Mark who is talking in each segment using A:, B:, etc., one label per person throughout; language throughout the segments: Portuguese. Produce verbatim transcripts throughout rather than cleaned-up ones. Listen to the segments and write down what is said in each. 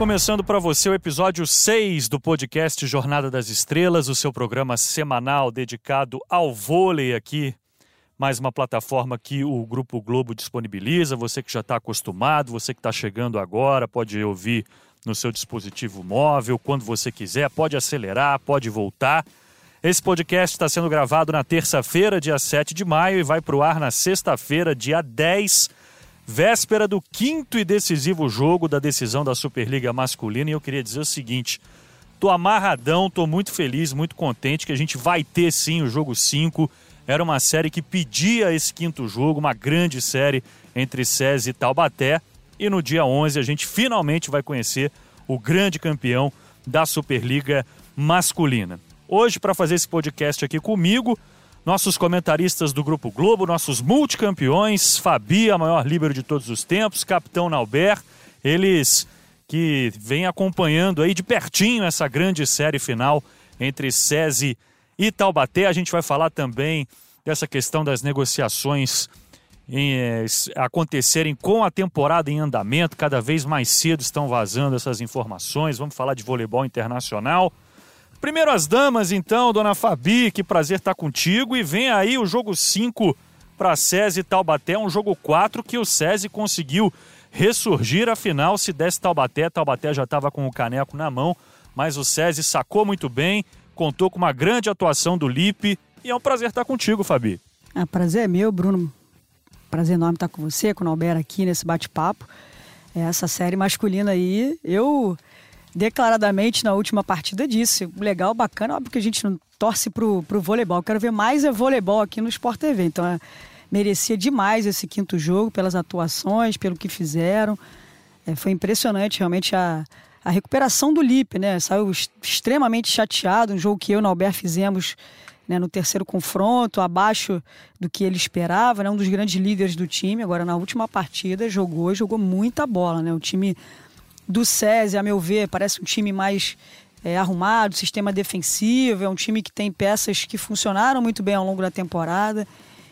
A: Começando para você o episódio seis do podcast Jornada das Estrelas, o seu programa semanal dedicado ao vôlei aqui. Mais uma plataforma que o Grupo Globo disponibiliza. Você que já está acostumado, você que está chegando agora, pode ouvir no seu dispositivo móvel, quando você quiser, pode acelerar, pode voltar. Esse podcast está sendo gravado na terça-feira, dia sete de maio, e vai para o ar na sexta-feira, dia dez, véspera do quinto e decisivo jogo da decisão da Superliga Masculina. E eu queria dizer o seguinte, tô amarradão, tô muito feliz, muito contente que a gente vai ter sim o jogo cinco. Era uma série que pedia esse quinto jogo, uma grande série entre SESI e Taubaté. E no dia onze a gente finalmente vai conhecer o grande campeão da Superliga Masculina. Hoje, para fazer esse podcast aqui comigo, nossos comentaristas do Grupo Globo, nossos multicampeões, Fabi, a maior líbero de todos os tempos, Capitão Naubert, eles que vêm acompanhando aí de pertinho essa grande série final entre SESI e Taubaté. A gente vai falar também dessa questão das negociações em, eh, acontecerem com a temporada em andamento. Cada vez mais cedo estão vazando essas informações. Vamos falar de voleibol internacional. Primeiro as damas, então, dona Fabi, que prazer estar contigo. E vem aí o jogo cinco para SESI e Taubaté, um jogo quatro que o SESI conseguiu ressurgir. Afinal, se desse Taubaté, Taubaté já estava com o caneco na mão, mas o SESI sacou muito bem, contou com uma grande atuação do Lipe. E é um prazer estar contigo, Fabi.
B: É, prazer é meu, Bruno. Prazer enorme estar com você, com o Naubert aqui nesse bate-papo. Essa série masculina aí, eu declaradamente na última partida disse, legal, bacana, óbvio que a gente não torce pro, pro voleibol, eu quero ver mais é voleibol aqui no Sport T V, então é, merecia demais esse quinto jogo, pelas atuações, pelo que fizeram, é, foi impressionante realmente a, a recuperação do Lipe, né, saiu extremamente chateado, um jogo que eu e o Naubert fizemos, né, no terceiro confronto, abaixo do que ele esperava, né, um dos grandes líderes do time. Agora na última partida jogou, jogou muita bola, né, o time do SESI, a meu ver, parece um time mais é, arrumado, sistema defensivo, é um time que tem peças que funcionaram muito bem ao longo da temporada.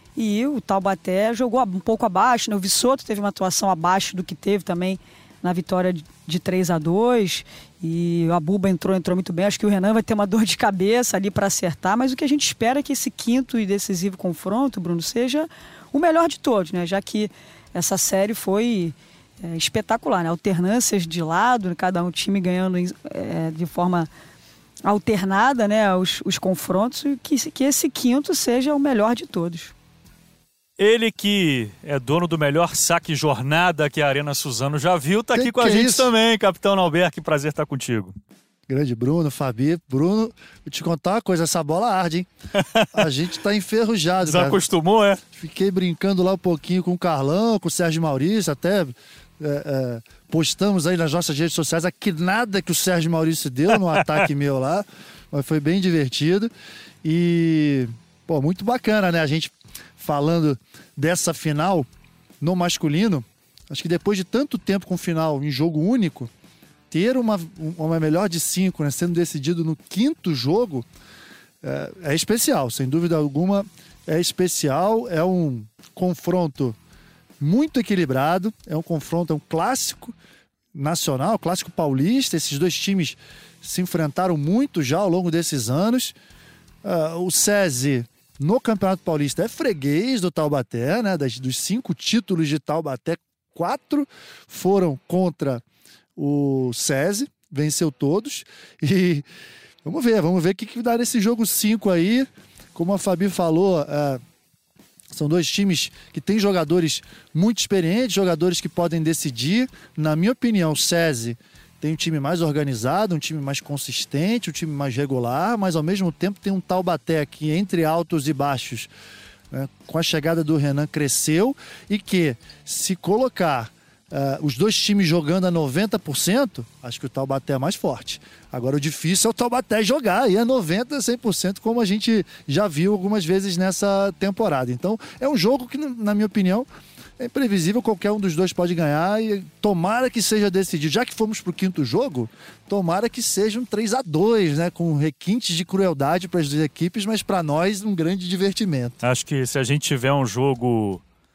B: E o Taubaté jogou um pouco abaixo, né? O Vissoto teve uma atuação abaixo do que teve também na vitória de três a dois. E o Abuba entrou, entrou muito bem. Acho que o Renan vai ter uma dor de cabeça ali para acertar, mas o que a gente espera é que esse quinto e decisivo confronto, Bruno, seja o melhor de todos, né? Já que essa série foi É espetacular, né? Alternâncias de lado, cada um time ganhando é, de forma alternada, né? os, os confrontos, e que, que esse quinto seja o melhor de todos.
A: Ele que é dono do melhor saque jornada que a Arena Suzano já viu, tá
C: que
A: aqui com
C: que
A: a
C: é
A: gente
C: isso?
A: também, Capitão Naubert, que prazer estar contigo.
C: Grande Bruno, Fabi. Bruno, vou te contar uma coisa, essa bola arde, hein? A gente tá enferrujado, cara.
A: Desacostumou, é?
C: Fiquei brincando lá um pouquinho com o Carlão, com o Sérgio Maurício, até é, é, postamos aí nas nossas redes sociais a que nada que o Sérgio Maurício deu no ataque meu lá, mas foi bem divertido. E, pô, muito bacana, né? A gente falando dessa final no masculino, acho que depois de tanto tempo com final em jogo único, ter uma, uma melhor de cinco, né, sendo decidido no quinto jogo, é, é especial, sem dúvida alguma, é especial, é um confronto muito equilibrado, é um confronto, é um clássico nacional, clássico paulista. Esses dois times se enfrentaram muito já ao longo desses anos. Uh, o SESI no Campeonato Paulista é freguês do Taubaté, né? Das, dos cinco títulos de Taubaté, quatro foram contra o SESI, venceu todos. E vamos ver, vamos ver o que, que dá nesse jogo cinco aí. Como a Fabi falou, uh, são dois times que têm jogadores muito experientes, jogadores que podem decidir. Na minha opinião, o SESI tem um time mais organizado, um time mais consistente, um time mais regular, mas ao mesmo tempo tem um Taubaté que, entre altos e baixos, né, com a chegada do Renan, cresceu, e que, se colocar uh, os dois times jogando a noventa por cento, acho que o Taubaté é mais forte. Agora, o difícil é o Taubaté jogar aí a noventa por cento, cem por cento, como a gente já viu algumas vezes nessa temporada. Então, é um jogo que, na minha opinião, é imprevisível, qualquer um dos dois pode ganhar, e tomara que seja decidido. Já que fomos para o quinto jogo, tomara que seja um três a dois, né? Com requintes de crueldade para as duas equipes, mas para nós um grande divertimento.
A: Acho que se a gente tiver um jogo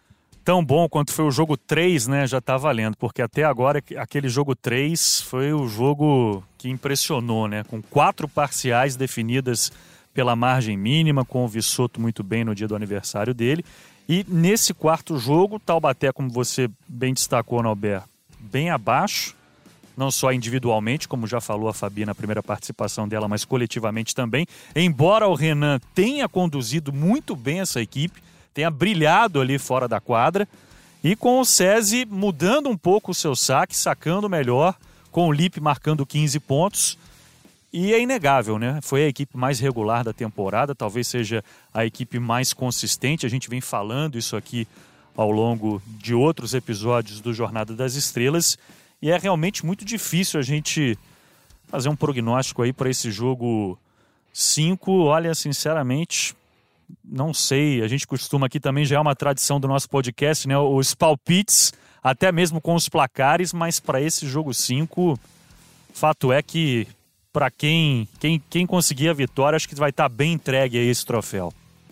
A: tão bom quanto foi o jogo três, né, já tá valendo, porque até agora aquele jogo três foi o jogo que impressionou, né, com quatro parciais definidas pela margem mínima, com o Visotto muito bem no dia do aniversário dele. E nesse quarto jogo, Taubaté, como você bem destacou, Norberto, bem abaixo, não só individualmente, como já falou a Fabi na primeira participação dela, mas coletivamente também. Embora o Renan tenha conduzido muito bem essa equipe, tenha brilhado ali fora da quadra, e com o SESI mudando um pouco o seu saque, sacando melhor, com o Lippe marcando quinze pontos. E é inegável, né? Foi a equipe mais regular da temporada, talvez seja a equipe mais consistente. A gente vem falando isso aqui ao longo de outros episódios do Jornada das Estrelas. E é realmente muito difícil a gente fazer um prognóstico aí para esse jogo cinco. Olha, sinceramente, não sei. A gente costuma aqui também, já é uma tradição do nosso podcast, né? Os palpites, até mesmo com os placares, mas para esse jogo cinco, fato é que para quem, quem, quem conseguir a vitória, acho que vai estar bem entregue a esse troféu.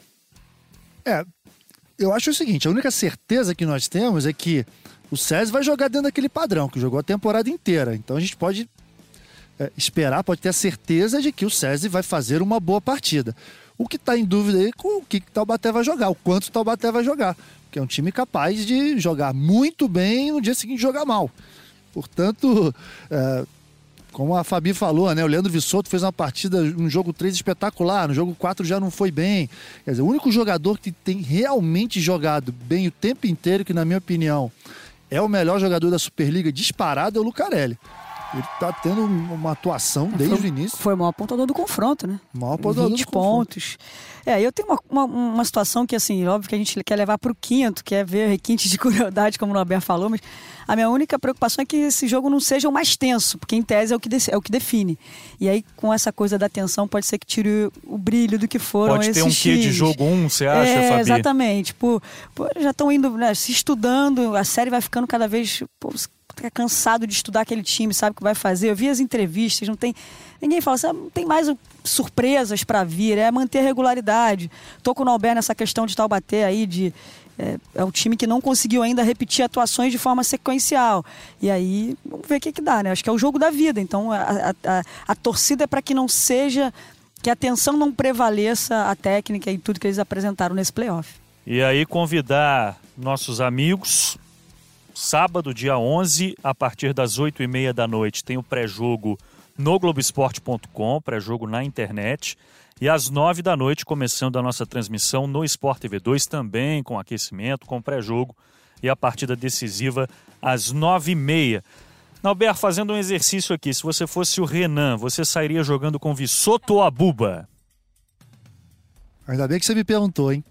C: É, eu acho o seguinte, a única certeza que nós temos é que o SESI vai jogar dentro daquele padrão, que jogou a temporada inteira. Então a gente pode é, esperar, pode ter a certeza de que o SESI vai fazer uma boa partida. O que está em dúvida aí é com o que o Taubaté vai jogar, o quanto o Taubaté vai jogar. Porque é um time capaz de jogar muito bem e no dia seguinte jogar mal. Portanto, é, como a Fabi falou, né, o Leandro Visotto fez uma partida no jogo três espetacular, no jogo quatro já não foi bem. Quer dizer, o único jogador que tem realmente jogado bem o tempo inteiro, que na minha opinião é o melhor jogador da Superliga disparado, é o Lucarelli. Ele tá tendo uma atuação desde
B: foi,
C: o início.
B: Foi o maior pontuador do confronto, né?
C: O maior pontuador
B: vinte
C: do confronto.
B: pontos. É, eu tenho uma, uma, uma situação que, assim, óbvio que a gente quer levar para o quinto, que é ver requinte de crueldade, como o Norberto falou, mas a minha única preocupação é que esse jogo não seja o mais tenso, porque em tese é o que, de, é o que define. E aí, com essa coisa da tensão, pode ser que tire o brilho do que foram
A: pode
B: esses
A: Pode ter um quê de jogo um, você acha,
B: é,
A: Fabi?
B: Exatamente. Pô, pô, já estão indo, né, se estudando, a série vai ficando cada vez... Pô, fica cansado de estudar aquele time, sabe o que vai fazer. Eu vi as entrevistas, não tem... Ninguém fala assim, ah, não tem mais surpresas para vir, é manter a regularidade. Tô com o Norberto nessa questão de Taubaté aí, de... É, é um time que não conseguiu ainda repetir atuações de forma sequencial. E aí, vamos ver o que que dá, né? Acho que é o jogo da vida. Então, a, a, a, a torcida é para que não seja... Que a tensão não prevaleça a técnica e tudo que eles apresentaram nesse playoff.
A: E aí, convidar nossos amigos... Sábado, dia onze, a partir das oito e meia da noite, tem o pré-jogo no globo esporte ponto com, pré-jogo na internet. E às nove da noite, começando a nossa transmissão no Sport T V dois, também com aquecimento, com pré-jogo. E a partida decisiva às nove e meia. Norberto, fazendo um exercício aqui, se você fosse o Renan, você sairia jogando com Visotto ou Abuba?
C: Ainda bem que você me perguntou, hein?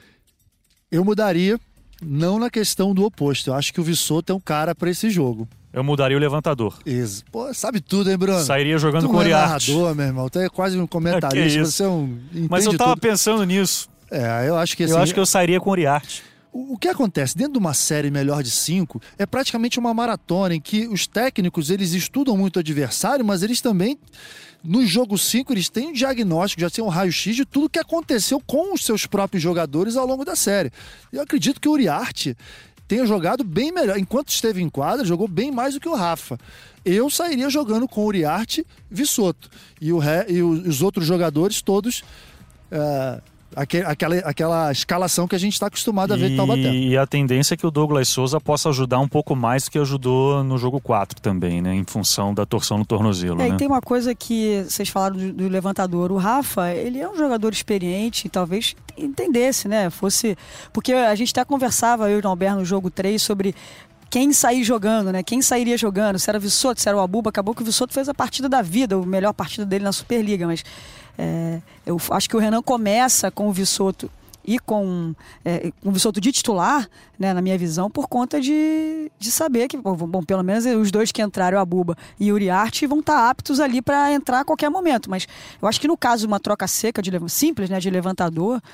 C: Eu mudaria... Não na questão do oposto. Eu acho que o Visotto é um cara para esse jogo.
A: Eu mudaria o levantador.
C: Isso. Pô, sabe tudo, hein, Bruno?
A: Sairia jogando
C: tu
A: com o Uriarte.
C: Tu é narrador, meu irmão. Tu é quase um comentarista. Você é um...
A: Mas eu tava
C: tudo.
A: pensando nisso.
C: É, eu acho que assim...
A: Eu acho que eu sairia com o Uriarte.
C: O, o que acontece? Dentro de uma série melhor de cinco, é praticamente uma maratona em que os técnicos, eles estudam muito o adversário, mas eles também... No jogo cinco, eles têm um diagnóstico, já tem um raio-x de tudo que aconteceu com os seus próprios jogadores ao longo da série. Eu acredito que o Uriarte tenha jogado bem melhor. Enquanto esteve em quadra, jogou bem mais do que o Rafa. Eu sairia jogando com o Uriarte, Visotto. E, o ré, e os outros jogadores todos... Uh, aquele, aquela, aquela escalação que a gente está acostumado a ver de Taubaté.
A: E a tendência é que o Douglas Souza possa ajudar um pouco mais do que ajudou no jogo quatro também, né? Em função da torção no tornozelo.
B: É,
A: né?
B: E tem uma coisa que vocês falaram do, do levantador. O Rafa, ele é um jogador experiente e talvez entendesse, né? Fosse... Porque a gente até conversava, eu e o Norberto, no jogo três, sobre... Quem sair jogando, né? Quem sairia jogando? Se era o Visotto, se era o Abuba. Acabou que o Visotto fez a partida da vida, a melhor partida dele na Superliga. Mas é, eu acho que o Renan começa com o Visotto e com, é, com o Visotto de titular, né, na minha visão, por conta de, de saber que, bom, pelo menos os dois que entraram, o Abuba e o Uriarte, vão estar aptos ali para entrar a qualquer momento. Mas eu acho que no caso de uma troca seca, de, simples, né, de levantador...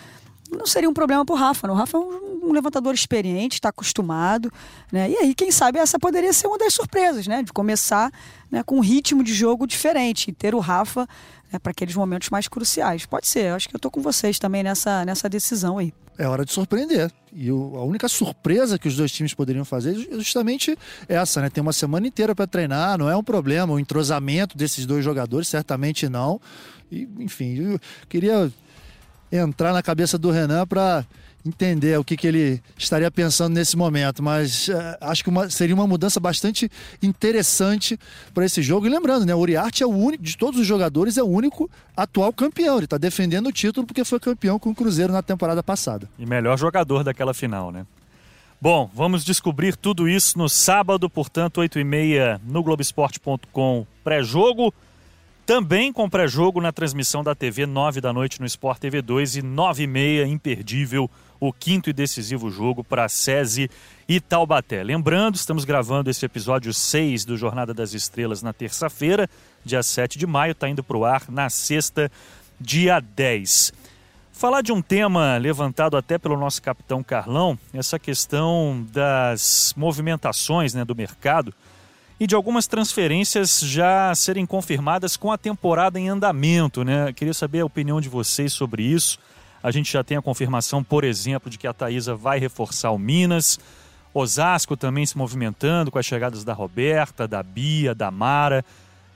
B: não seria um problema para o Rafa. Né? O Rafa é um, um levantador experiente, está acostumado. Né? E aí, quem sabe, essa poderia ser uma das surpresas, né? De começar, né, com um ritmo de jogo diferente e ter o Rafa, né, para aqueles momentos mais cruciais. Pode ser, eu acho que eu estou com vocês também nessa, nessa decisão aí.
C: É hora de surpreender. E o, a única surpresa que os dois times poderiam fazer é justamente essa, né? Tem uma semana inteira para treinar, não é um problema. O entrosamento desses dois jogadores, certamente não. E, enfim, eu queria entrar na cabeça do Renan para entender o que, que ele estaria pensando nesse momento, mas uh, acho que uma, seria uma mudança bastante interessante para esse jogo. E lembrando, né, o Uriarte é o único, de todos os jogadores, é o único atual campeão. Ele está defendendo o título porque foi campeão com o Cruzeiro na temporada passada.
A: E melhor jogador daquela final, né? Bom, vamos descobrir tudo isso no sábado, portanto, oito e meia no Globo Esporte ponto com, pré-jogo. Também com pré-jogo na transmissão da T V, nove da noite no Sport T V dois e nove e meia, imperdível, o quinto e decisivo jogo para SESI e Taubaté. Lembrando, estamos gravando esse episódio seis do Jornada das Estrelas na terça-feira, dia sete de maio, está indo para o ar na sexta, dia dez. Falar de um tema levantado até pelo nosso capitão Carlão, essa questão das movimentações, né, do mercado, e de algumas transferências já serem confirmadas com a temporada em andamento, né? Queria saber a opinião de vocês sobre isso. A gente já tem a confirmação, por exemplo, de que a Thaísa vai reforçar o Minas. Osasco também se movimentando com as chegadas da Roberta, da Bia, da Mara.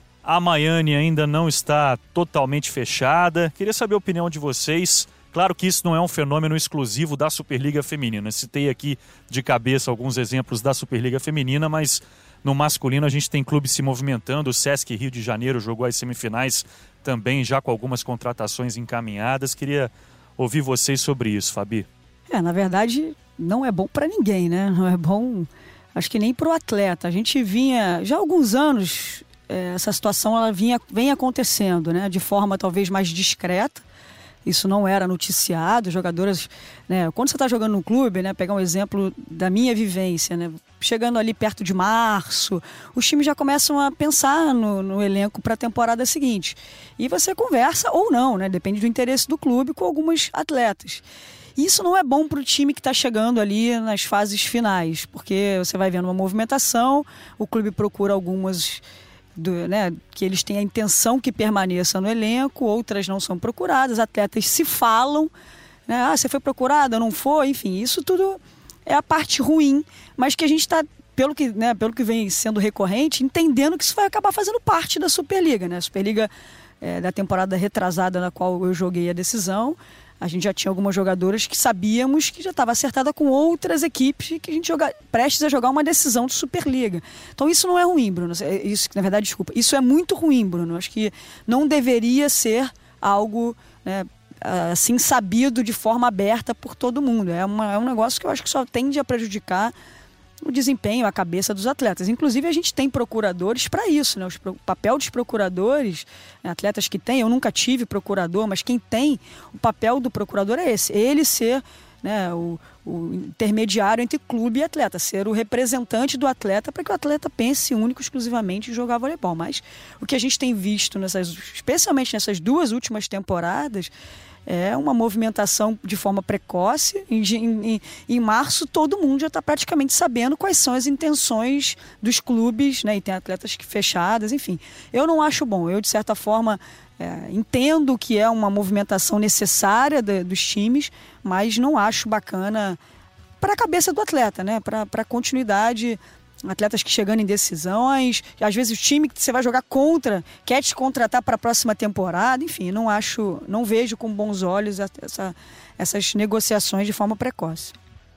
A: A Maiane ainda não está totalmente fechada. Queria saber a opinião de vocês. Claro que isso não é um fenômeno exclusivo da Superliga Feminina. Citei aqui de cabeça alguns exemplos da Superliga Feminina, mas no masculino a gente tem clubes se movimentando. O Sesc Rio de Janeiro jogou as semifinais também, já com algumas contratações encaminhadas. Queria ouvir vocês sobre isso, Fabi.
B: É, na verdade, não é bom para ninguém, né? Não é bom, acho que nem para o atleta. A gente vinha, já há alguns anos, é, essa situação ela vinha, vem acontecendo, né? De forma talvez mais discreta. Isso não era noticiado, jogadoras, né? Quando você está jogando no clube, né? Pegar um exemplo da minha vivência, né? Chegando ali perto de março, os times já começam a pensar no, no elenco para a temporada seguinte. E você conversa ou não, né? Depende do interesse do clube com algumas atletas. Isso não é bom para o time que está chegando ali nas fases finais, porque você vai vendo uma movimentação, o clube procura algumas Do, né, que eles têm a intenção que permaneça no elenco, outras não são procuradas, atletas se falam, né, ah, você foi procurada, não foi, enfim, isso tudo é a parte ruim, mas que a gente está, pelo que, né, pelo que vem sendo recorrente, entendendo que isso vai acabar fazendo parte da Superliga, né, a Superliga é, da temporada retrasada na qual eu joguei a decisão. A gente já tinha algumas jogadoras que sabíamos que já estava acertada com outras equipes e que a gente joga, prestes a jogar uma decisão de Superliga. Então isso não é ruim, Bruno. Isso, na verdade, desculpa. Isso é muito ruim, Bruno. Acho que não deveria ser algo, né, assim sabido de forma aberta por todo mundo. É, uma, é um negócio que eu acho que só tende a prejudicar o desempenho, a cabeça dos atletas. Inclusive, a gente tem procuradores para isso, né? O papel dos procuradores, né? Atletas que têm, eu nunca tive procurador, mas quem tem, o papel do procurador é esse, ele ser, né, o, o intermediário entre clube e atleta, ser o representante do atleta para que o atleta pense único, exclusivamente em jogar voleibol. Mas o que a gente tem visto, nessas, especialmente nessas duas últimas temporadas, é uma movimentação de forma precoce. Em, em, em março, todo mundo já está praticamente sabendo quais são as intenções dos clubes, né? E tem atletas que fechadas, enfim. Eu não acho bom. Eu, de certa forma, é, entendo que é uma movimentação necessária de, dos times, mas não acho bacana para a cabeça do atleta, né? Para a continuidade. Atletas que chegando em decisões, às vezes o time que você vai jogar contra quer te contratar para a próxima temporada, enfim, não acho, não vejo com bons olhos essa, essas negociações de forma precoce.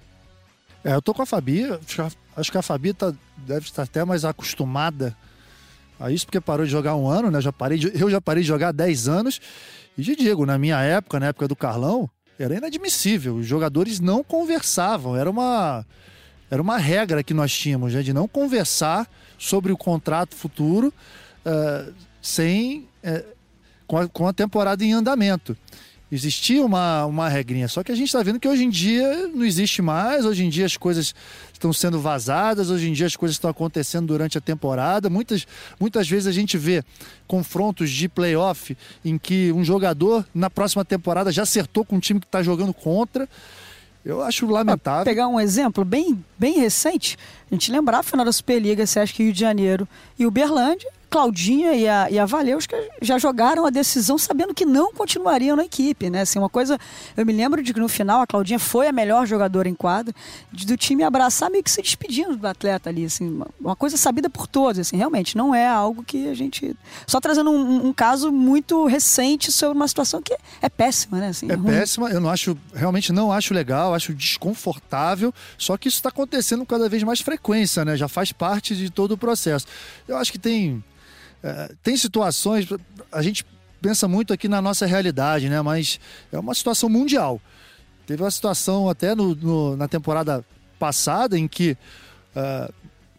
C: É, eu tô com a Fabi, acho que a Fabi tá, deve estar até mais acostumada a isso, porque parou de jogar um ano, né? Já parei de, eu já parei de jogar há dez anos, e te digo, na minha época, na época do Carlão, era inadmissível, os jogadores não conversavam, era uma... Era uma regra que nós tínhamos, né, de não conversar sobre o contrato futuro uh, sem, uh, com, a, com a temporada em andamento. Existia uma, uma regrinha, só que a gente está vendo que hoje em dia não existe mais, hoje em dia as coisas estão sendo vazadas, hoje em dia as coisas estão acontecendo durante a temporada. Muitas, muitas vezes a gente vê confrontos de playoff em que um jogador na próxima temporada já acertou com um time que está jogando contra. Eu acho lamentável.
B: Pra pegar um exemplo bem, bem recente, a gente lembrar a final da Superliga, Sesc Rio de Janeiro e Uberlândia, Claudinha e a, e a Valeuska já jogaram a decisão sabendo que não continuariam na equipe, né? Assim, uma coisa, eu me lembro de que no final a Claudinha foi a melhor jogadora em quadra, de, do time abraçar meio que se despedindo do atleta ali, assim, uma, uma coisa sabida por todos, assim, realmente, não é algo que a gente... Só trazendo um, um caso muito recente sobre uma situação que é, é péssima, né? Assim,
C: é
B: é
C: péssima, eu não acho, realmente não acho legal, acho desconfortável, só que isso está acontecendo com cada vez mais frequência, né? Já faz parte de todo o processo. Eu acho que tem... É, tem situações, a gente pensa muito aqui na nossa realidade, né? Mas é uma situação mundial. Teve uma situação até no, no, na temporada passada em que uh,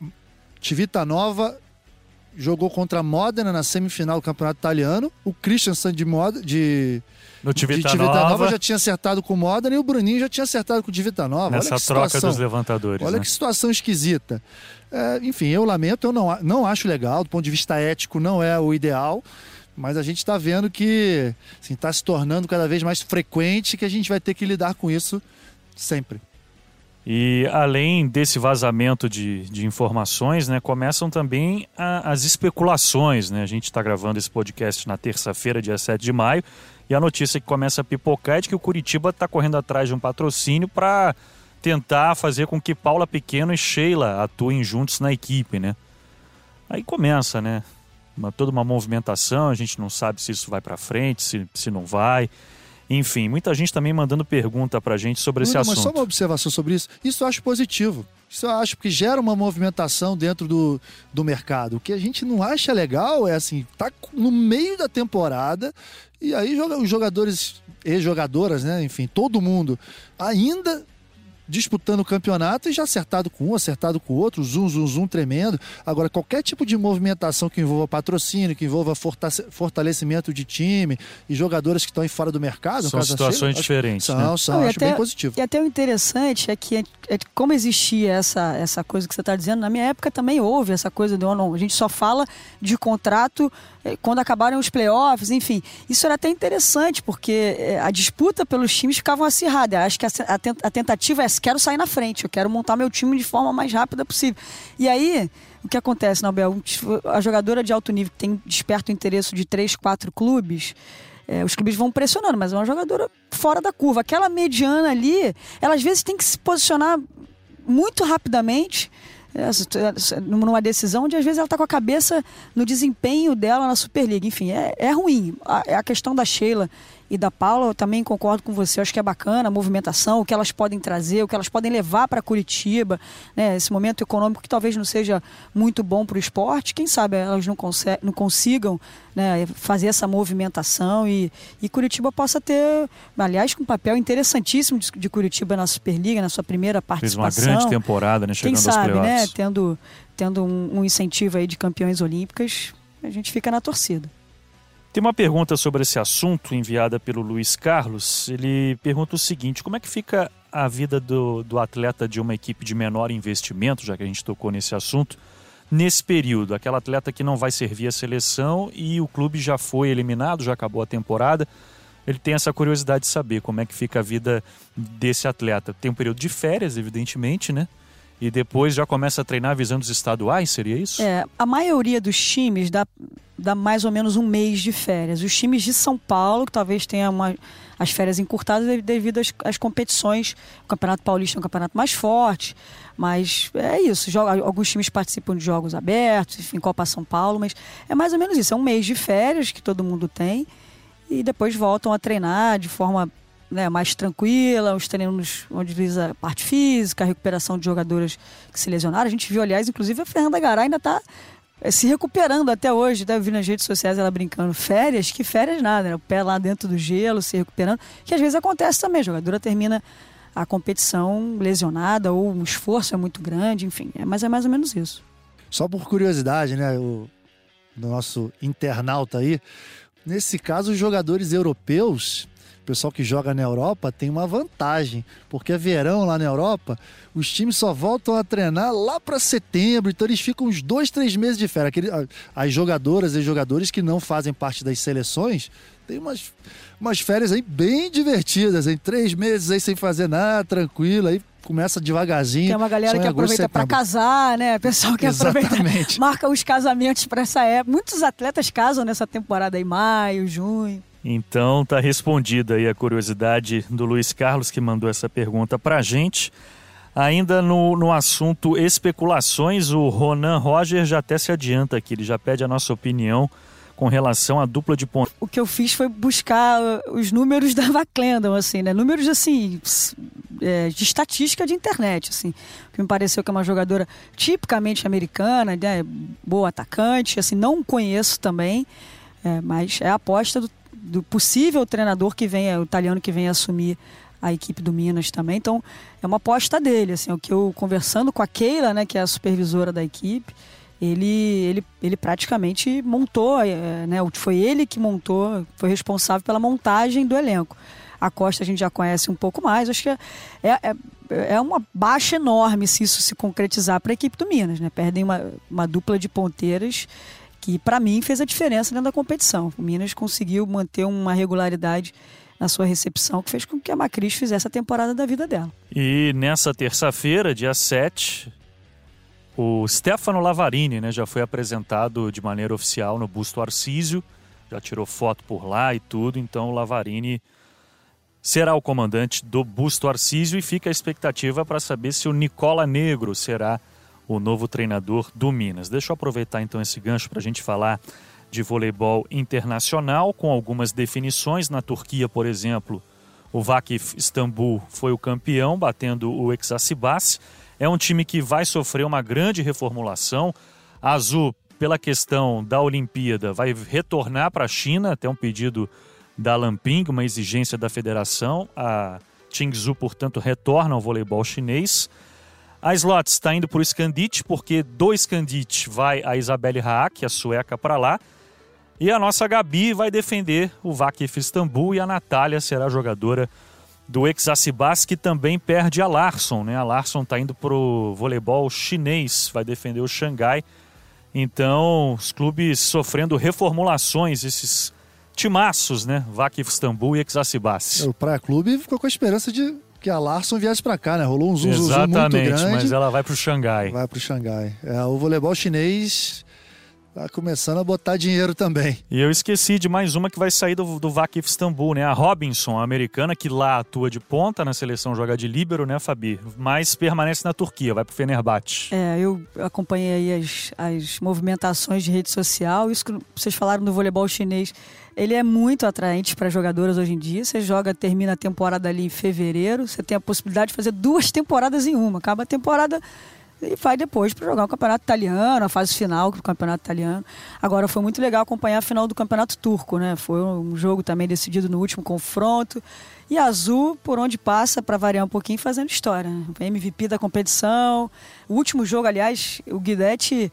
C: Civitanova jogou contra a Modena na semifinal do campeonato italiano. O Christiansen de, Mod, de,
A: no
C: de Civitanova já tinha acertado com o Modena e o Bruninho já tinha acertado com o Civitanova.
A: Nessa troca dos levantadores.
C: Olha, né? Que situação esquisita. É, enfim, eu lamento, eu não, não acho legal, do ponto de vista ético não é o ideal, mas a gente está vendo que está assim, se tornando cada vez mais frequente, que a gente vai ter que lidar com isso sempre.
A: E além desse vazamento de, de informações, né, começam também a, as especulações, né? A gente está gravando esse podcast na terça-feira, dia sete de maio, e a notícia que começa a pipocar é de que o Curitiba está correndo atrás de um patrocínio para tentar fazer com que Paula Pequeno e Sheila atuem juntos na equipe, né? Aí começa, né? Uma, toda uma movimentação, a gente não sabe se isso vai para frente, se, se não vai. Enfim, muita gente também mandando pergunta pra gente sobre esse
C: não,
A: assunto.
C: Mas só uma observação sobre isso. Isso eu acho positivo. Isso eu acho que gera uma movimentação dentro do, do mercado. O que a gente não acha legal é assim, tá no meio da temporada e aí os jogadores e jogadoras, né? Enfim, todo mundo ainda disputando o campeonato e já acertado com um, acertado com o outro, zoom, zoom, zoom tremendo. Agora, qualquer tipo de movimentação que envolva patrocínio, que envolva fortalecimento de time e jogadores que estão aí fora do mercado...
A: São situações Sheila, diferentes,
C: acho,
A: né?
C: São, são,
B: Não,
C: acho
B: até,
C: bem positivo.
B: E até o interessante é que, é, como existia essa, essa coisa que você está dizendo, na minha época também houve essa coisa do... Não, a gente só fala de contrato quando acabaram os playoffs, enfim. Isso era até interessante, porque a disputa pelos times ficava acirrada. Acho que a tentativa é, quero sair na frente, eu quero montar meu time de forma mais rápida possível. E aí, o que acontece, Nobel? A jogadora de alto nível que tem desperta o interesse de três, quatro clubes, é, os clubes vão pressionando, mas é uma jogadora fora da curva. Aquela mediana ali, ela às vezes tem que se posicionar muito rapidamente, numa decisão onde às vezes ela está com a cabeça no desempenho dela na Superliga. Enfim, é, é ruim. A, a questão da Sheila e da Paula, eu também concordo com você, eu acho que é bacana a movimentação, o que elas podem trazer, o que elas podem levar para Curitiba, né? Esse momento econômico que talvez não seja muito bom para o esporte, quem sabe elas não, consegue, não consigam, né, fazer essa movimentação e, e Curitiba possa ter, aliás, com um papel interessantíssimo de, de Curitiba na Superliga, na sua primeira participação.
A: Fez uma grande temporada, né, chegando
B: quem sabe,
A: aos playoffs.
B: Né, tendo, tendo um, um incentivo aí de campeões olímpicas, a gente fica na torcida.
A: Tem uma pergunta sobre esse assunto enviada pelo Luiz Carlos. Ele pergunta o seguinte: como é que fica a vida do, do atleta de uma equipe de menor investimento, já que a gente tocou nesse assunto, nesse período? Aquela atleta que não vai servir a seleção e o clube já foi eliminado, já acabou a temporada. Ele tem essa curiosidade de saber como é que fica a vida desse atleta. Tem um período de férias, evidentemente, né? E depois já começa a treinar visando os estaduais, seria isso?
B: É, a maioria dos times dá, dá mais ou menos um mês de férias. Os times de São Paulo, que talvez tenham uma, as férias encurtadas devido às, às competições. O Campeonato Paulista é um campeonato mais forte, mas é isso. Joga, alguns times participam de jogos abertos, enfim, Copa São Paulo, mas é mais ou menos isso. É um mês de férias que todo mundo tem e depois voltam a treinar de forma... Né, mais tranquila, os treinos onde visa a parte física, a recuperação de jogadoras que se lesionaram. A gente viu, aliás, inclusive a Fernanda Garay ainda está é, se recuperando até hoje. Deve vir nas redes sociais ela brincando. Férias? Que férias nada, né? O pé lá dentro do gelo, se recuperando. Que às vezes acontece também. A jogadora termina a competição lesionada ou um esforço é muito grande, enfim. É, mas é mais ou menos isso.
C: Só por curiosidade, né? O do nosso internauta aí. Nesse caso, os jogadores europeus o pessoal que joga na Europa tem uma vantagem, porque é verão lá na Europa, os times só voltam a treinar lá para setembro, então eles ficam uns dois, três meses de férias. Aquele, as jogadoras e jogadores que não fazem parte das seleções tem umas, umas férias aí bem divertidas, em três meses aí sem fazer nada, tranquilo, aí começa devagarzinho.
B: Tem uma galera que aproveita para casar, né? Pessoal que aproveita, marca os casamentos para essa época. Muitos atletas casam nessa temporada aí, maio, junho.
A: Então tá respondida aí a curiosidade do Luiz Carlos, que mandou essa pergunta pra gente. Ainda no, no assunto especulações, o Ronan Roger já até se adianta aqui, ele já pede a nossa opinião com relação à dupla de ponta.
B: O que eu fiz foi buscar os números da McClendon, assim, né? Números, assim, é, de estatística de internet, assim. Que me pareceu que é uma jogadora tipicamente americana, né? Boa atacante, assim, não conheço também, é, mas é a aposta do, do possível treinador que venha, o italiano que venha assumir a equipe do Minas também. Então, é uma aposta dele, assim, o que eu, conversando com a Keila, né, que é a supervisora da equipe, Ele, ele, ele praticamente montou, é, né? Foi ele que montou, foi responsável pela montagem do elenco. A Costa a gente já conhece um pouco mais, acho que é, é, é uma baixa enorme se isso se concretizar para a equipe do Minas, né? Perdem uma, uma dupla de ponteiras que, para mim, fez a diferença dentro da competição. O Minas conseguiu manter uma regularidade na sua recepção, que fez com que a Macris fizesse a temporada da vida dela.
A: E nessa terça-feira, dia sete... o Stefano Lavarini, né, já foi apresentado de maneira oficial no Busto Arsísio, já tirou foto por lá e tudo, então o Lavarini será o comandante do Busto Arsísio e fica a expectativa para saber se o Nicola Negro será o novo treinador do Minas. Deixa eu aproveitar então esse gancho para a gente falar de voleibol internacional, com algumas definições. Na Turquia, por exemplo, o Vakif Istambul foi o campeão, batendo o Eksaksibas. É um time que vai sofrer uma grande reformulação. A Azul, pela questão da Olimpíada, vai retornar para a China, até um pedido da Lamping, uma exigência da federação. A Qingzhou, portanto, retorna ao voleibol chinês. A Slots está indo para o Skandit, porque do Skandit vai a Isabelle Haak, a sueca, para lá. E a nossa Gabi vai defender o Vakif Istambul e a Natália será jogadora do Eksaksibas, que também perde a Larsson, né? A Larsson está indo para o voleibol chinês, vai defender o Xangai. Então, os clubes sofrendo reformulações, esses timaços, né? Vakif Istambul e Eksaksibas.
C: O Praia Clube ficou com a esperança de que a Larsson viesse para cá, né? Rolou um zum, zum, zum muito grande.
A: Exatamente, mas ela vai para o Xangai.
C: Vai para o Xangai. É, o voleibol chinês tá começando a botar dinheiro também.
A: E eu esqueci de mais uma que vai sair do, do Vakif Istambul, né? A Robinson, a americana, que lá atua de ponta, na seleção joga de líbero, né, Fabi? Mas permanece na Turquia, vai pro Fenerbahçe.
B: É, eu acompanhei aí as, as movimentações de rede social. Isso que vocês falaram do voleibol chinês, ele é muito atraente para jogadoras hoje em dia. Você joga, termina a temporada ali em fevereiro, você tem a possibilidade de fazer duas temporadas em uma. Acaba a temporada e vai depois para jogar o campeonato italiano, a fase final do campeonato italiano. Agora foi muito legal acompanhar a final do campeonato turco, né? Foi um jogo também decidido no último confronto. E a Azul, por onde passa, para variar um pouquinho, fazendo história, né? M V P da competição. O último jogo, aliás, o Guidetti,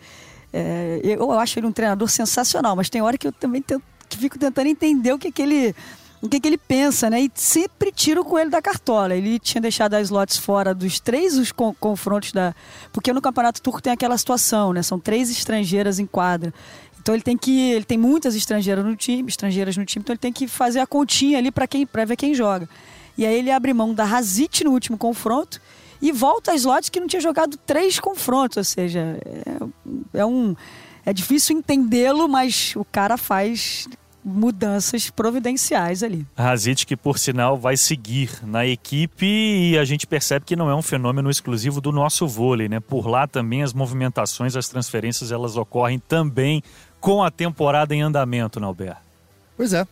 B: é, eu acho ele um treinador sensacional, mas tem hora que eu também tento, que fico tentando entender o que, que ele... o que, que ele pensa, né? E sempre tira o coelho da cartola. Ele tinha deixado as Slots fora dos três os con- confrontos da... Porque no Campeonato Turco tem aquela situação, né? São três estrangeiras em quadra. Então ele tem que... Ele tem muitas estrangeiras no time, estrangeiras no time, então ele tem que fazer a continha ali para quem, para ver quem joga. E aí ele abre mão da Razit no último confronto e volta a Slots, que não tinha jogado três confrontos. Ou seja, é, é um... É difícil entendê-lo, mas o cara faz mudanças providenciais ali.
A: Razit, que por sinal vai seguir na equipe, e a gente percebe que não é um fenômeno exclusivo do nosso vôlei, né? Por lá também as movimentações, as transferências, elas ocorrem também com a temporada em andamento, Nauber.
C: Pois é,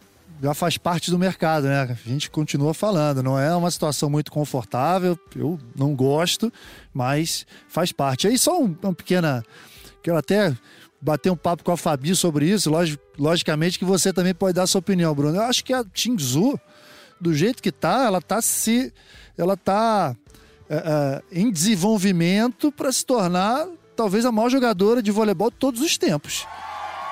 C: já faz parte do mercado, né? A gente continua falando, não é uma situação muito confortável, eu não gosto, mas faz parte. Aí só um, uma pequena... Quero até bater um papo com a Fabi sobre isso, log, logicamente que você também pode dar a sua opinião, Bruno. Eu acho que a Qingzhou, do jeito que tá, ela tá se, ela tá é, é, em desenvolvimento para se tornar talvez a maior jogadora de voleibol de todos os tempos.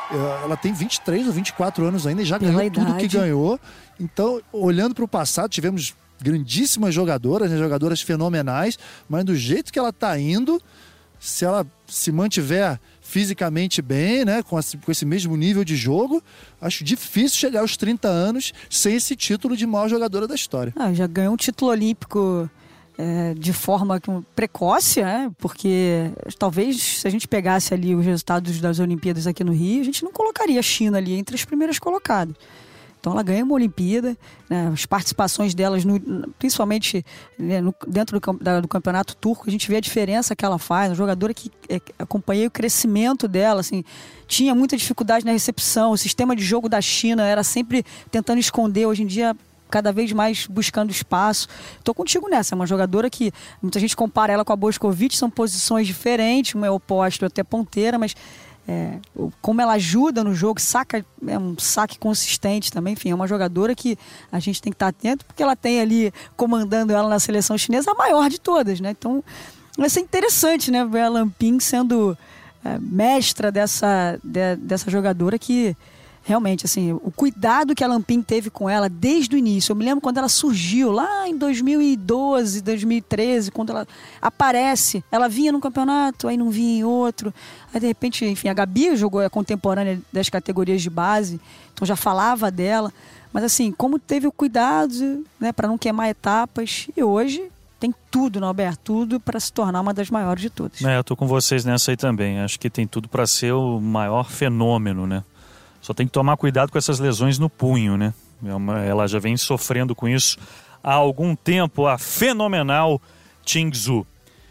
C: ela tem vinte e três ou vinte e quatro anos ainda e já
B: Pela
C: ganhou
B: idade.
C: tudo que ganhou. Então, olhando para o passado, tivemos grandíssimas jogadoras, né, jogadoras fenomenais, mas do jeito que ela está indo, se ela se mantiver fisicamente bem, né, com esse, com esse mesmo nível de jogo, acho difícil chegar aos trinta anos sem esse título de maior jogadora da história.
B: Ah, já ganhou um título olímpico é, de forma precoce, né? Porque talvez se a gente pegasse ali os resultados das Olimpíadas aqui no Rio, a gente não colocaria a China ali entre as primeiras colocadas. Então ela ganha uma Olimpíada, né, as participações delas, no, principalmente né, no, dentro do, da, do campeonato turco, a gente vê a diferença que ela faz, uma jogadora que é, acompanhei o crescimento dela, assim, tinha muita dificuldade na recepção, o sistema de jogo da China era sempre tentando esconder, hoje em dia cada vez mais buscando espaço. Estou contigo nessa, é uma jogadora que muita gente compara ela com a Bošković, são posições diferentes, uma é oposta, até ponteira, mas É, como ela ajuda no jogo, saca, é um saque consistente também, enfim, é uma jogadora que a gente tem que estar atento, porque ela tem ali, comandando ela na seleção chinesa, a maior de todas, né? Então, vai ser interessante, né, ver a Lan Ping sendo é, mestra dessa, de, dessa jogadora que realmente, assim, o cuidado que a Lan Ping teve com ela desde o início. Eu me lembro quando ela surgiu, lá em dois mil e doze, dois mil e treze, quando ela aparece, ela vinha num campeonato, aí não vinha em outro. Aí, de repente, enfim, a Gabi jogou a contemporânea das categorias de base, então já falava dela. Mas, assim, como teve o cuidado, né, para não queimar etapas, e hoje tem tudo, Norberto, tudo para se tornar uma das maiores de todas.
A: É, eu tô com vocês nessa aí também. Acho que tem tudo para ser o maior fenômeno, né? Só tem que tomar cuidado com essas lesões no punho, né? É uma, ela já vem sofrendo com isso há algum tempo, a fenomenal Ting Zhu.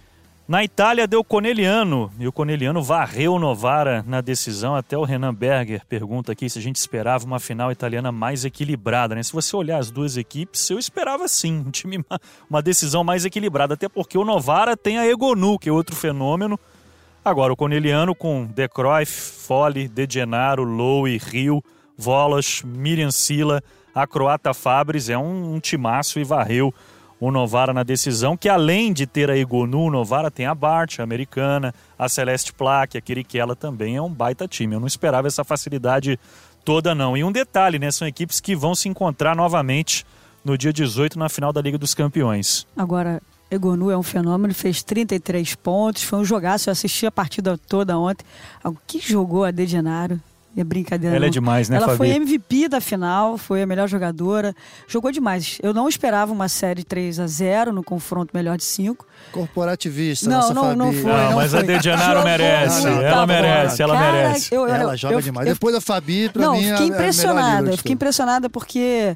A: Na Itália deu Conegliano, e o Conegliano varreu o Novara na decisão. Até o Renan Berger pergunta aqui se a gente esperava uma final italiana mais equilibrada, né? Se você olhar as duas equipes, eu esperava sim, um time, uma decisão mais equilibrada, até porque o Novara tem a Egonu, que é outro fenômeno. Agora, o Conegliano com De Cruyff, Folli, De Gennaro, Lowe, Rio, Volas, Miriam Sila, a croata Fabris, é um, um timaço e varreu o Novara na decisão, que além de ter a Egonu, o Novara tem a Bart, a americana, a Celeste Plaque, a Kirikella também é um baita time. Eu não esperava essa facilidade toda não. E um detalhe, né? São equipes que vão se encontrar novamente no dia dezoito na final da Liga dos Campeões.
B: Agora, Egonu é um fenômeno, fez trinta e três pontos, foi um jogaço, eu assisti a partida toda ontem. O que jogou a De Gennaro? É brincadeira.
A: Ela
B: não.
A: é demais, né,
B: Ela
A: Fabi?
B: foi M V P da final, foi a melhor jogadora, jogou demais. Eu não esperava uma série três a zero no confronto melhor de cinco.
C: Corporativista,
B: não,
C: nossa
B: não,
C: Fabi.
B: não foi.
A: Não,
B: não
A: mas
B: foi.
A: a De Gennaro merece,
B: Jogou
A: ela
B: muito,
A: merece, ela
B: Cara,
A: merece.
B: eu- eu-
C: Ela
B: eu-
C: joga
B: eu-
C: demais.
B: eu-
C: Depois da Fabi, pra
B: não,
C: mim,
B: fiquei
C: é a melhor
B: impressionada,
C: nível de
B: fiquei
C: tudo.
B: impressionada porque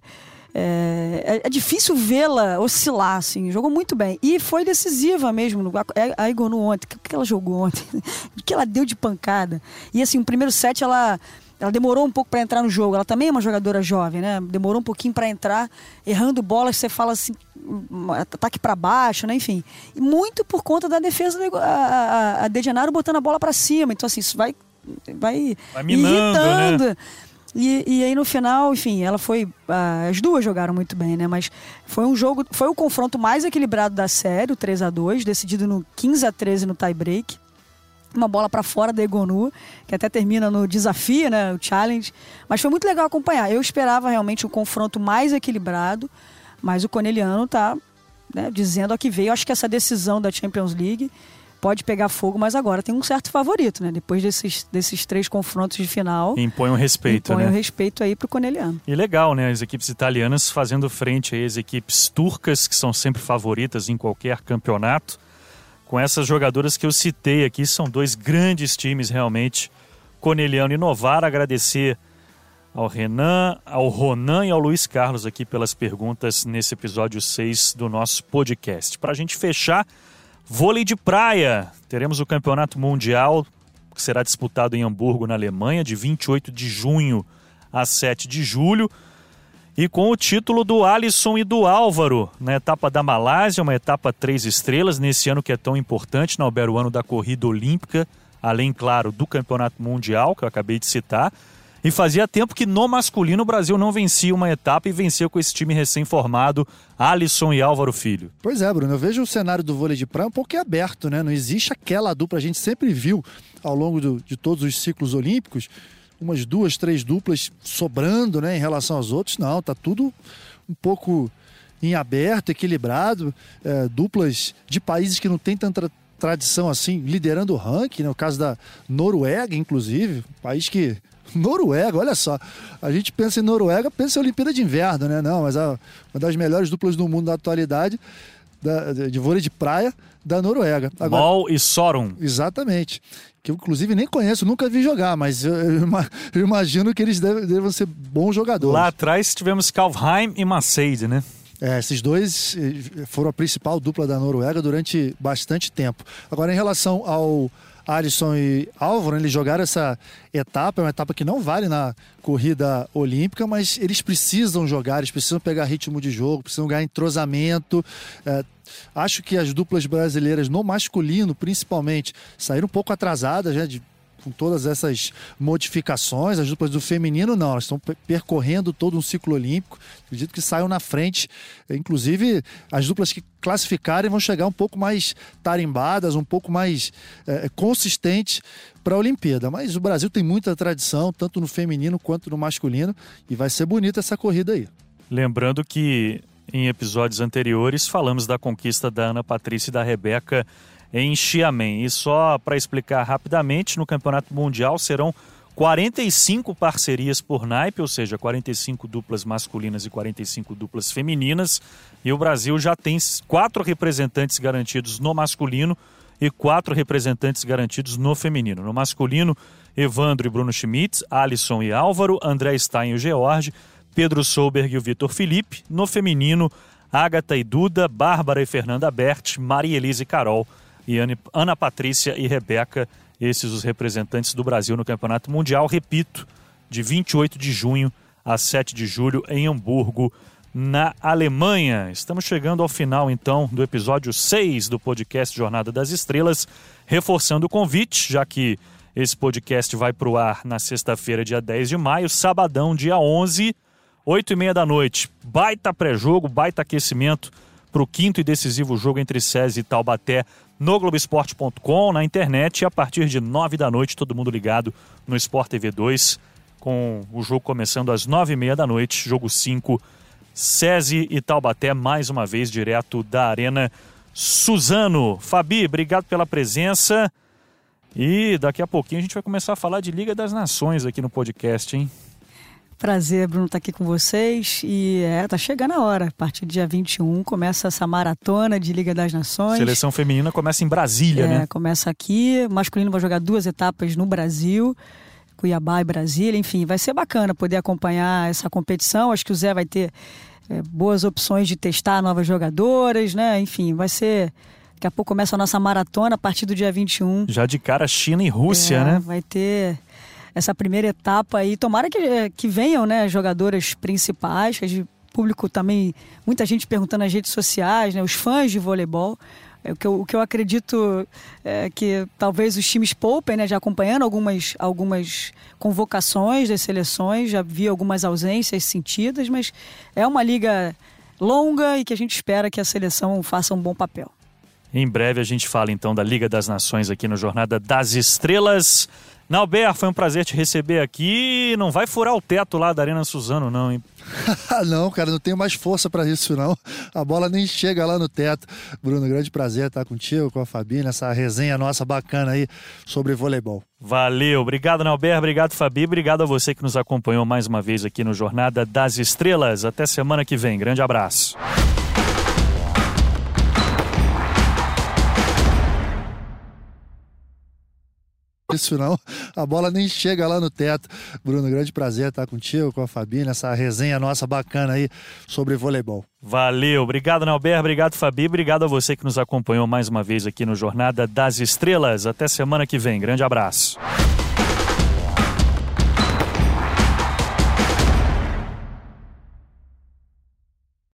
B: é, é- é difícil vê-la oscilar, assim, jogou muito bem. E foi decisiva mesmo, no- a, a Egonu ontem, o que ela jogou ontem? O que ela deu de pancada? E assim, o primeiro set ela... Ela demorou um pouco para entrar no jogo. Ela também é uma jogadora jovem, né? Demorou um pouquinho para entrar, errando bolas, você fala assim, ataque para baixo, né? Enfim. E muito por conta da defesa da a, a, a De Gennaro botando a bola para cima. Então, assim, isso vai, vai,
A: Vai minando,
B: irritando.
A: né?
B: E, e aí no final, enfim, ela foi. Ah, as duas jogaram muito bem, né? Mas foi um jogo, foi o confronto mais equilibrado da série, o três a dois, decidido no quinze a treze no tie break. Uma bola para fora da Egonu, que até termina no desafio, né, o challenge. Mas foi muito legal acompanhar. Eu esperava realmente um confronto mais equilibrado, mas o Conegliano tá, né, dizendo a que veio. Eu acho que essa decisão da Champions League pode pegar fogo, mas agora tem um certo favorito, né? Depois desses, desses três confrontos de final,
A: Impõe um respeito,
B: impõe
A: né?
B: o respeito aí pro Conegliano.
A: E legal, né? As equipes italianas fazendo frente aí às equipes turcas, que são sempre favoritas em qualquer campeonato. Com essas jogadoras que eu citei aqui, são dois grandes times realmente, Conegliano e Novara. Agradecer ao Renan, ao Ronan e ao Luiz Carlos aqui pelas perguntas nesse episódio seis do nosso podcast. Para a gente fechar, vôlei de praia. Teremos o Campeonato Mundial, que será disputado em Hamburgo, na Alemanha, de vinte e oito de junho a sete de julho. E com o título do Alisson e do Álvaro, na etapa da Malásia, uma etapa três estrelas, nesse ano que é tão importante, na o ano da corrida olímpica, além, claro, do Campeonato Mundial, que eu acabei de citar. E fazia tempo que no masculino o Brasil não vencia uma etapa e venceu com esse time recém-formado, Alisson e Álvaro Filho.
C: Pois é, Bruno, eu vejo o cenário do vôlei de praia um pouco aberto, né? Não existe aquela dupla, a gente sempre viu ao longo do, de todos os ciclos olímpicos, umas duas, três duplas sobrando, né, em relação aos outros. Não, tá tudo um pouco em aberto, equilibrado. É, duplas de países que não tem tanta tradição assim, liderando o ranking, né? O caso da Noruega, inclusive, um país que... Noruega, olha só, a gente pensa em Noruega, pensa em Olimpíada de Inverno, né? Não, mas a, uma das melhores duplas do mundo na atualidade, da, de vôlei de praia, da Noruega.
A: Agora, Mol e Sorum.
C: Exatamente. Que eu, inclusive, nem conheço, nunca vi jogar, mas eu, eu, eu imagino que eles devem, devem ser bons jogadores.
A: Lá atrás tivemos Kalvheim e Maceide, né?
C: É, esses dois foram a principal dupla da Noruega durante bastante tempo. Agora, em relação ao Alisson e Álvaro, eles jogaram essa etapa, é uma etapa que não vale na corrida olímpica, mas eles precisam jogar, eles precisam pegar ritmo de jogo, precisam ganhar entrosamento. É, acho que as duplas brasileiras, no masculino principalmente, saíram um pouco atrasadas, né, de com todas essas modificações. As duplas do feminino não, elas estão percorrendo todo um ciclo olímpico, acredito que saiam na frente, inclusive as duplas que classificarem vão chegar um pouco mais tarimbadas, um pouco mais é, consistentes para a Olimpíada, mas o Brasil tem muita tradição, tanto no feminino quanto no masculino, e vai ser bonita essa corrida aí.
A: Lembrando que em episódios anteriores falamos da conquista da Ana Patrícia e da Rebeca em Xiamen. E só para explicar rapidamente, no Campeonato Mundial serão quarenta e cinco parcerias por naipe, ou seja, quarenta e cinco duplas masculinas e quarenta e cinco duplas femininas. E o Brasil já tem quatro representantes garantidos no masculino e quatro representantes garantidos no feminino. No masculino, Evandro e Bruno Schmitz, Alisson e Álvaro, André Stein e o George, Pedro Solberg e o Vitor Felipe. No feminino, Agatha e Duda, Bárbara e Fernanda Berti, Maria Elisa e Carol, e Ana Patrícia e Rebeca, esses os representantes do Brasil no Campeonato Mundial, repito, de vinte e oito de junho a sete de julho em Hamburgo, na Alemanha. Estamos chegando ao final, então, do episódio seis do podcast Jornada das Estrelas, reforçando o convite, já que esse podcast vai para o ar na sexta-feira, dia dez de maio, sabadão, dia onze, oito e meia da noite. Baita pré-jogo, baita aquecimento para o quinto e decisivo jogo entre SESI e Taubaté, no Globo Esporte ponto com, na internet, e a partir de nove da noite, todo mundo ligado no Sport T V dois, com o jogo começando às nove e meia da noite, jogo cinco, SESI e Taubaté, mais uma vez, direto da Arena Suzano. Fabi, obrigado pela presença, e daqui a pouquinho a gente vai começar a falar de Liga das Nações aqui no podcast, hein?
B: Prazer, Bruno, estar aqui com vocês. E é, tá chegando a hora. A partir do dia vinte e um começa essa maratona de Liga das Nações.
A: Seleção feminina começa em Brasília,
B: é,
A: né?
B: Começa aqui. O masculino vai jogar duas etapas no Brasil, Cuiabá e Brasília. Enfim, vai ser bacana poder acompanhar essa competição. Acho que o Zé vai ter é, boas opções de testar novas jogadoras, né? Enfim, vai ser... Daqui a pouco começa a nossa maratona a partir do dia vinte e um.
A: Já de cara China e Rússia,
B: é,
A: né?
B: Vai ter... essa primeira etapa aí, tomara que, que venham, né, as jogadoras principais, que o público também, muita gente perguntando nas redes sociais, né, os fãs de voleibol, é, o, que eu, o que eu acredito é que talvez os times poupem, né, já acompanhando algumas, algumas convocações das seleções, já vi algumas ausências sentidas, mas é uma liga longa e que a gente espera que a seleção faça um bom papel.
A: Em breve a gente fala então da Liga das Nações aqui no Jornada das Estrelas. Nauber, foi um prazer te receber aqui. Não vai furar o teto lá da Arena Suzano, não, hein?
C: Não, cara, não tenho mais força para isso, não. A bola nem chega lá no teto. Bruno, grande prazer estar contigo, com a Fabi, nessa resenha nossa bacana aí sobre voleibol.
A: Valeu, obrigado, Nauber, obrigado, Fabi, obrigado a você que nos acompanhou mais uma vez aqui no Jornada das Estrelas. Até semana que vem, grande abraço.
C: Isso não, a bola nem chega lá no teto. Bruno, grande prazer estar contigo, com a Fabi, nessa resenha nossa bacana aí sobre voleibol.
A: Valeu, obrigado, Nauber, obrigado, Fabi, obrigado a você que nos acompanhou mais uma vez aqui no Jornada das Estrelas. Até semana que vem, grande abraço.